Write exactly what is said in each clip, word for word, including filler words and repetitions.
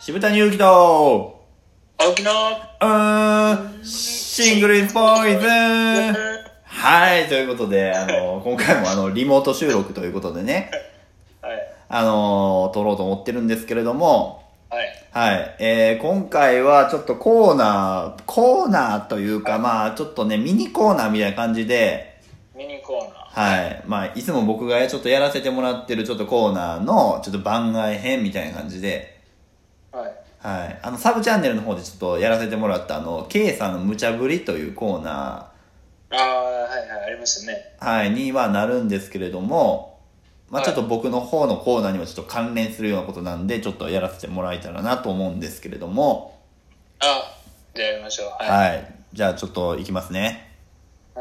渋谷祐希と青木のうーんシングルイズポイズンはい、ということで、あの、今回もあの、リモート収録ということでね、 はい。 あの、撮ろうと思ってるんですけれども、 はい。 はい、えー、今回はちょっとコーナー、コーナーというか、まあ、ちょっとね、ミニコーナーみたいな感じで、 ミニコーナー。 はい。まあ、いつも僕がちょっとやらせてもらってるちょっとコーナーの、ちょっと番外編みたいな感じで、 はい。 はい。あの、サブチャンネルの方でちょっとやらせてもらった、あの、K さんの無茶ぶりというコーナああ、はいはい、ありましたね。 ー、はい、にはなるんですけれども、まあちょっと僕の方のコーナーにもちょっと関連するようなことなんで、ちょっとやらせてもらえたらなと思うんですけれども、 あ、じゃあやりましょう。はい。 はい。じゃあちょっといきますね。 はい。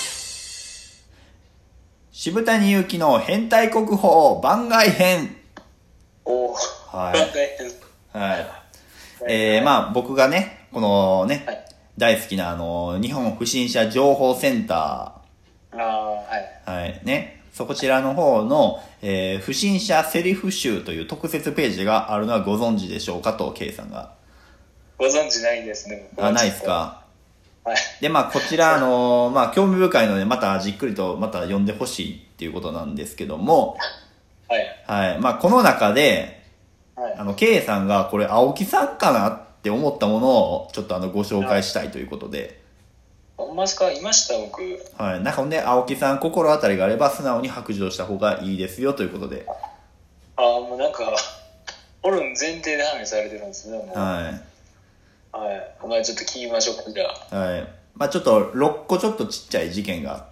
渋谷祐希の変態国宝番外編。 おお。 はい。 番外編。 はい。えー、まあ僕がね、このね、 はい。 大好きなあの、日本不審者情報センタああ、はい。 ー、はい、ね、そこちらの方の、えー、不審者セリフ集という特設ページがあるのはご存知でしょうかと、K さんが。 ご存知ないですね。 あ、ないですか。 はい。 で、まあこちら、あのー、まあ興味深いので、またじっくりとまた読んでほしいっていうことなんですけども、 はい。 はい。まあこの中で、 はい。 あの、K さんがこれ青木さんかなって思ったものをちょっとあのご紹介したいということで、 ほんまですか？いました僕。 はい。なんかほんで、青木さん心当たりがあれば素直に白状した方がいいですよということで。 ああ、もうなんか、おるん前提で話されてるんですね。もうははい。まあちょっと聞きましょうか、じゃい。はい。まあちょっとろっこちょっとちっちゃい事件があって、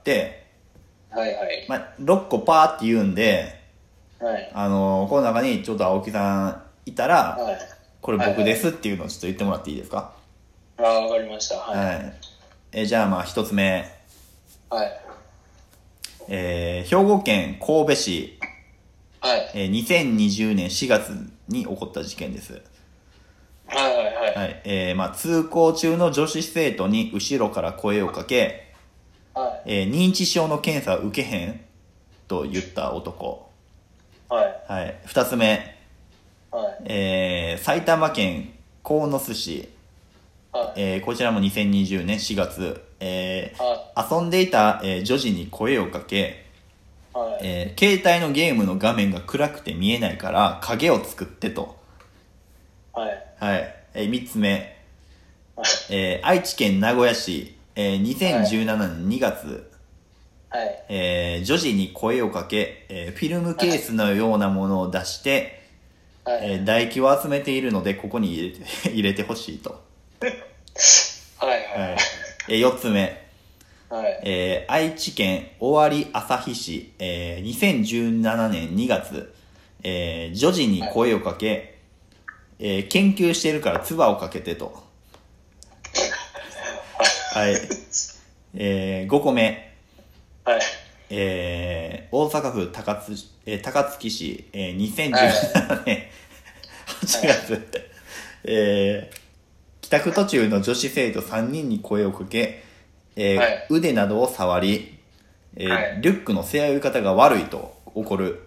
あ。はいはい。 まあろっこパーって言うんで、 はい。 あのー、この中にちょっと青木さんいたら、 はい。 これ僕ですっていうのをちょっと言ってもらっていいですか？ ああ、わかりました。はい。 はい。えーじゃあまあ一つ目。 はい。 えー、兵庫県神戸市、 はい。 えー、にせんにじゅうねんしがつに起こった事件です。 はいはいはい。 はい。えー、まあ通行中の女子生徒に後ろから声をかけ、 はい。 えー、認知症の検査を受けへんと言った男。 はい。 はい。二つ目。 はい。 えー、埼玉県鴻巣市、 はい。 えー、こちらもにせんにじゅうねんしがつ、えはー、遊んでいた、えー、女児に声をかけ、 はい。 えー、携帯のゲームの画面が暗くて見えないから影を作ってと。 はい。 はい。えー、三つ目。 はい。 えー、愛知県名古屋市、えー、にせんじゅうななねんにがつ、 はい。 えー、女児に声をかけ、えー、フィルムケースのようなものを出して、 はい。 えー、唾液を集めているのでここに入れて入れてほしいと。 はい。 ははいい。えー、四つ目。 い。はい。 えー、愛知県尾張旭市、えー、にせんじゅうななねんにがつ、えー、女児に声をかけ、えー、研究しているから唾をかけてと。はい。えー、ごこめ。 はい。 えー、大阪府高津、えー、高槻市、えー、にせんじゅうななねんはちがつ、えー、帰宅途中の女子生徒さんにんに声をかけ、えーはい、 腕などを触り、えーはい、 リュックの背負い方が悪いと怒る。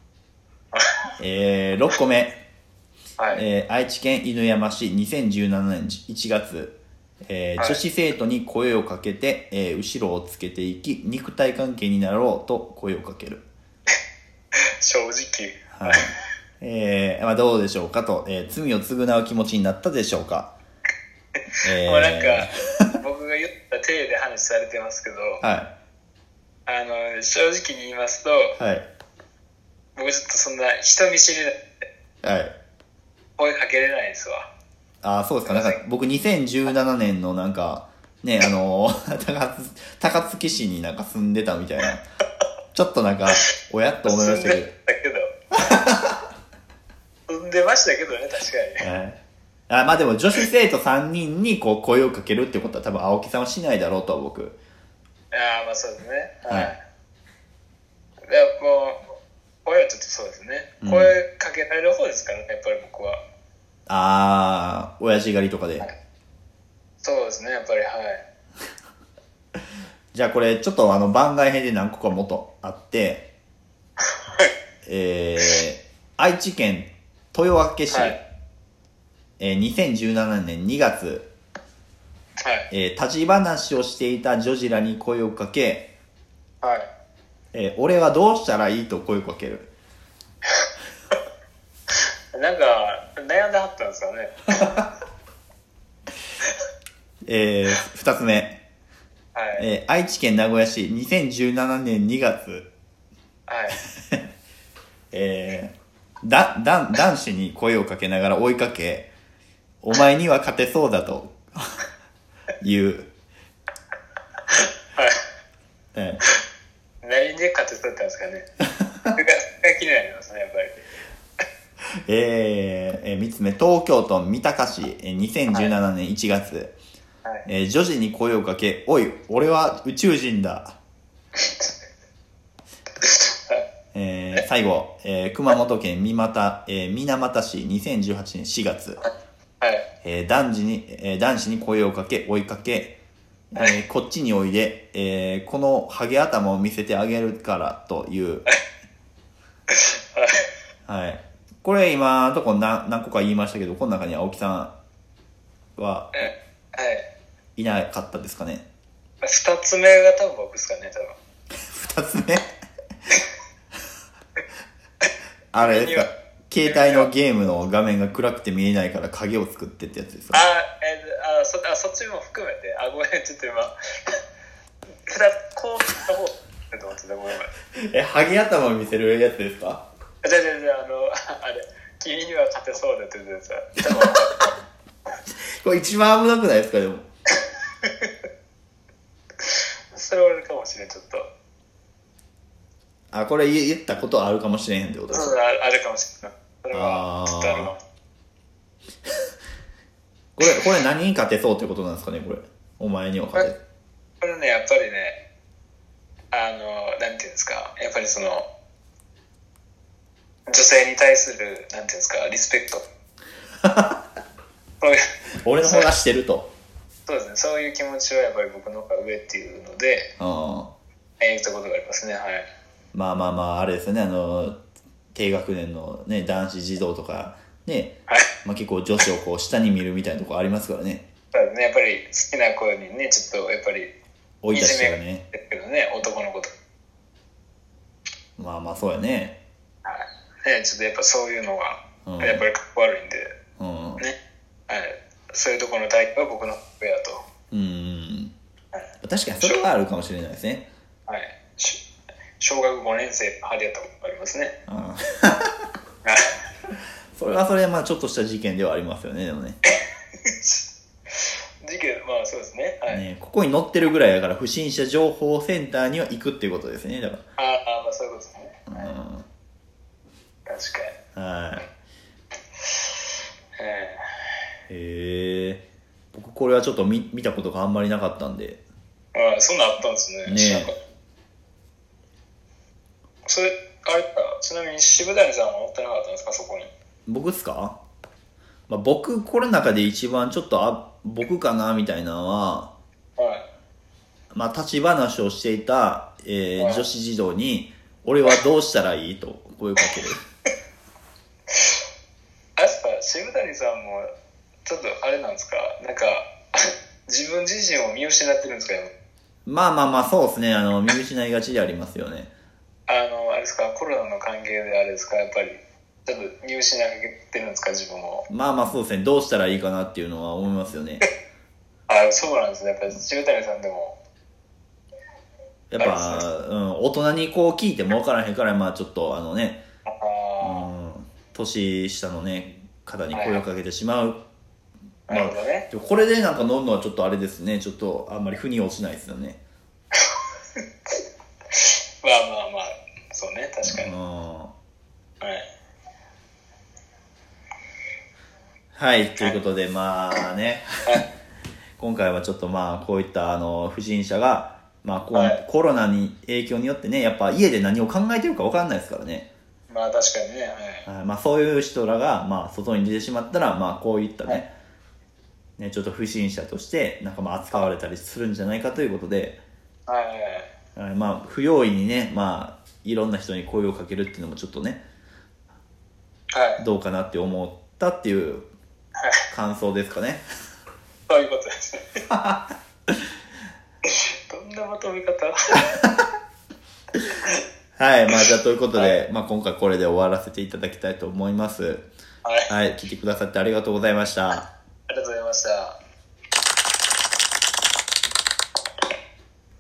えー、ろっこめ、 はい。 えー、愛知県犬山市にせんじゅうななねんいちがつ、えーはい女子生徒に声をかけて、えー後ろをつけていき肉体関係になろうと声をかける。 正直。 はい。えー、まあどうでしょうかと、えー罪を償う気持ちになったでしょうか。えー、 もうなんか、僕が言った体で話されてますけど、 はあの、正直に言いますと、 い。はい。 僕ちょっとそんな人見知りではい。 声かけれないですわ。 ああ、そうですか。なんか僕にせんじゅうななねんのなんか、ね、あのー、高津、高槻市になんか住んでたみたいな。ちょっとなんか、おやっと思いましたけど。 住んでたけど。住んでましたけどね、確かに。 はい。あ、まあでも女子生徒さんにんにこう声をかけるってことは多分青木さんはしないだろうとは僕。 ああ、まあそうですね。 はいはい。でもう、声はちょっとそうですね。 うん声かけられる方ですからね、やっぱり僕は。 あー、親父狩りとかで。 そうですね、やっぱり、はい。 じゃあこれちょっとあの番外編で何個かもっとあって、えー、愛知県豊明市、 はいえー、にせんじゅうななねんにがつ、 はい。 えー、立ち話をしていた女児らに声をかけ、 はい。 えー、俺はどうしたらいいと声をかける。 なんか、悩んではったんですかね。 えー、二つ目。 はい。 えー、愛知県名古屋市にせんじゅうななねんにがつ、 はい。 えー、だ、だ、男子に声をかけながら追いかけ、お前には勝てそうだと言う。 はい。 え何で勝てそうだったんですかね。それが、それが気になりますね、やっぱり。 ーえー、えー、三つ目、東京都三鷹市、えー、にせんじゅうななねんいちがつ、 はい。 えー、女児に声をかけ、おい、俺は宇宙人だ。えー、最後、えー、熊本県三股、えー、水俣市にせんじゅうはちねんしがつ、 はい。 えー、男児に、えー、男子に声をかけ、追いかけ、えー、こっちにおいで、えー、このハゲ頭を見せてあげるからという。はい。これ今のとこ何、何個か言いましたけど、この中に青木さんははい。 いなかったですかね。 二つ目が多分僕ですかね、多分。 二つ目あれですか、携帯のゲームの画面が暗くて見えないから影を作ってってやつですか。 あ、えー、あそあそっちも含めて、あ、ごめん、ちょっと今、ふたこうした方と思ってた、ごめんごめん。 え、ハゲ頭を見せるやつですか。 じゃじゃじゃあの、あれ、君には勝てそうだって言ってたやつ。多分これ一番危なくないですか、でも。 それはあるかもしれん、ちょっと。 あ、これ言ったことあるかもしれへんってことですか。 そうああるかもしれない。それは、ちょっとあるかも。 これ、これ何に勝てそうってことなんですかね、これ。お前には勝て。 これね、やっぱりね、あの、なんていうんですか、やっぱりその、女性に対する、なんていうんですか、リスペクト。そういう俺の方がしてると。 そうですね、そういう気持ちはやっぱり僕の方が上っていうので、 あ言ったことがありますね、はい。 まあまあまあ、あれですよね、あの、低学年のね、男子児童とか、ね、 はい。 まあ結構女子をこう下に見るみたいなとこありますからね。 そうですね、やっぱり好きな子にね、ちょっとやっぱり、 追い出しちゃうがね。 ですけどね、男の子と。 まあまあそうやね。 はい。ね、ちょっとやっぱそういうのが、 うんやっぱりかっこ悪いんで、 うん。 ね。はい。そういうところのタイプは僕の上やと。 うん。 はい。 確かにそれはあるかもしれないですね。 はい。し小学ごねん生派でやったことがありますね。 うん。 はい。 それはそれでまあちょっとした事件ではありますよね、でもね。 事件、まあそうですね。はい。 ね、ここに載ってるぐらいだから不審者情報センターには行くっていうことですね、だかああ、まあそういうことですね。 ら。 はい、 うん。 確かに。 はい。 えへえ。僕これはちょっと見見たことがあんまりなかったんで。 えああ、そんなんあったんですね。 ねえなんかそれ、あれか、ちなみに渋谷さんは乗ってなかったんですか、そこに。 僕っすか、まあ、僕これの中で一番ちょっとあ僕かなみたいなのは、 はい。 まあ、立ち話をしていた、えーはい女子児童に俺はどうしたらいいと声をかける。 あれですか、渋谷さんも、ちょっとあれなんですか、なんか、自分自身を見失ってるんですか、今。 まあまあまあそうですね、あの見失いがちでありますよね。 あの、あれですか、コロナの関係であれですか、やっぱり、ちょっと見失ってるんですか、自分を。 まあまあそうですね、どうしたらいいかなっていうのは思いますよね。 あ、そうなんですね、やっぱり渋谷さんでも。 やっぱ、うん、大人にこう聞いても分からへんから、まあちょっとあのね、 あうん、年下のね方に声をかけてしまう、 あ、なるほどね。 まあ、これでなんか乗るのはちょっとあれですね、ちょっとあんまり腑に落ちないですよね。 まあまあまあ、そうね、確かに。 うん、 はい。 はい、ということでまあね、今回はちょっとまあこういったあの不審者が、まあこうはいコロナに影響によってね、やっぱ家で何を考えてるか分かんないですからね。 まあ確かにね、はい。 はい、まあそういう人らがまあ外に出てしまったら、まあこういったね、 はいねちょっと不審者としてなんかまあ扱われたりするんじゃないかということで、 はいはいはい。 はい、まあ不用意にね、まあいろんな人に声をかけるっていうのもちょっとね、 はい。 どうかなって思ったっていう感想ですかね。 そういうことですね。どんなまとめ方はい、まあじゃあということで、はい、まあ今回これで終わらせていただきたいと思います。 はい。 はい、聞いてくださってありがとうございました。 ありがとうございました。